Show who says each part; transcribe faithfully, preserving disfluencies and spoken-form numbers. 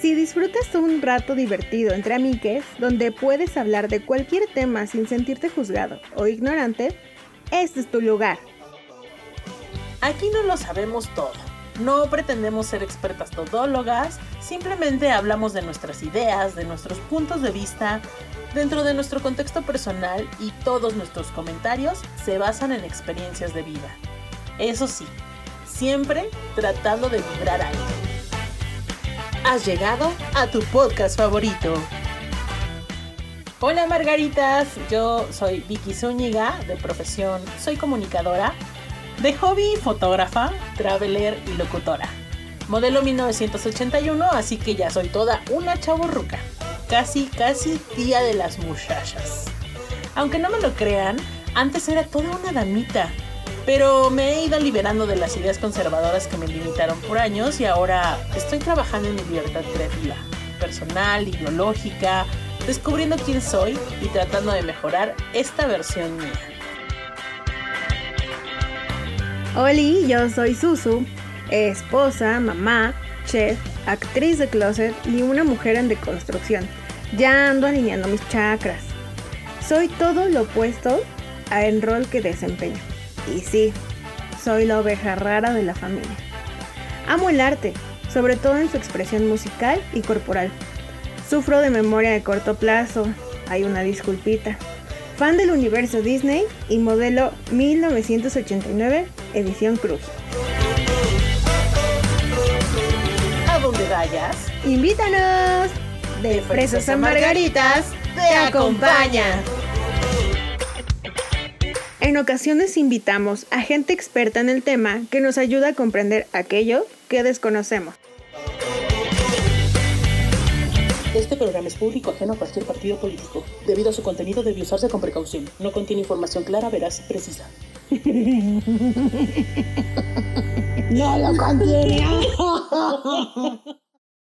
Speaker 1: Si disfrutas un rato divertido entre amigues, donde puedes hablar de cualquier tema sin sentirte juzgado o ignorante, este es tu lugar.
Speaker 2: Aquí no lo sabemos todo. No pretendemos ser expertas todólogas, simplemente hablamos de nuestras ideas, de nuestros puntos de vista, dentro de nuestro contexto personal, y todos nuestros comentarios se basan en experiencias de vida. Eso sí, siempre tratando de vibrar alto. Has llegado a tu podcast favorito. Hola Margaritas, yo soy Vicky Zúñiga, de profesión soy comunicadora, de hobby fotógrafa, traveler y locutora. Modelo mil novecientos ochenta y uno, así que ya soy toda una chavorruca. Casi, casi tía de las muchachas. Aunque no me lo crean, antes era toda una damita. Pero me he ido liberando de las ideas conservadoras que me limitaron por años y ahora estoy trabajando en mi libertad creativa, personal, ideológica, descubriendo quién soy y tratando de mejorar esta versión mía.
Speaker 1: Oli, yo soy Susu, esposa, mamá, chef, actriz de closet y una mujer en deconstrucción. Ya ando alineando mis chakras. Soy todo lo opuesto al rol que desempeño. Y sí, soy la oveja rara de la familia. Amo el arte, sobre todo en su expresión musical y corporal. Sufro de memoria de corto plazo, hay una disculpita. Fan del universo Disney y modelo mil novecientos ochenta y nueve, edición Cruz.
Speaker 2: ¿A dónde vayas?
Speaker 1: ¡Invítanos! De Fresas a Margaritas te acompaña. En ocasiones invitamos a gente experta en el tema que nos ayuda a comprender aquello que desconocemos.
Speaker 2: Este programa es público ajeno a cualquier partido político. Debido a su contenido debe usarse con precaución. No contiene información clara, veraz y precisa.
Speaker 1: No lo contiene.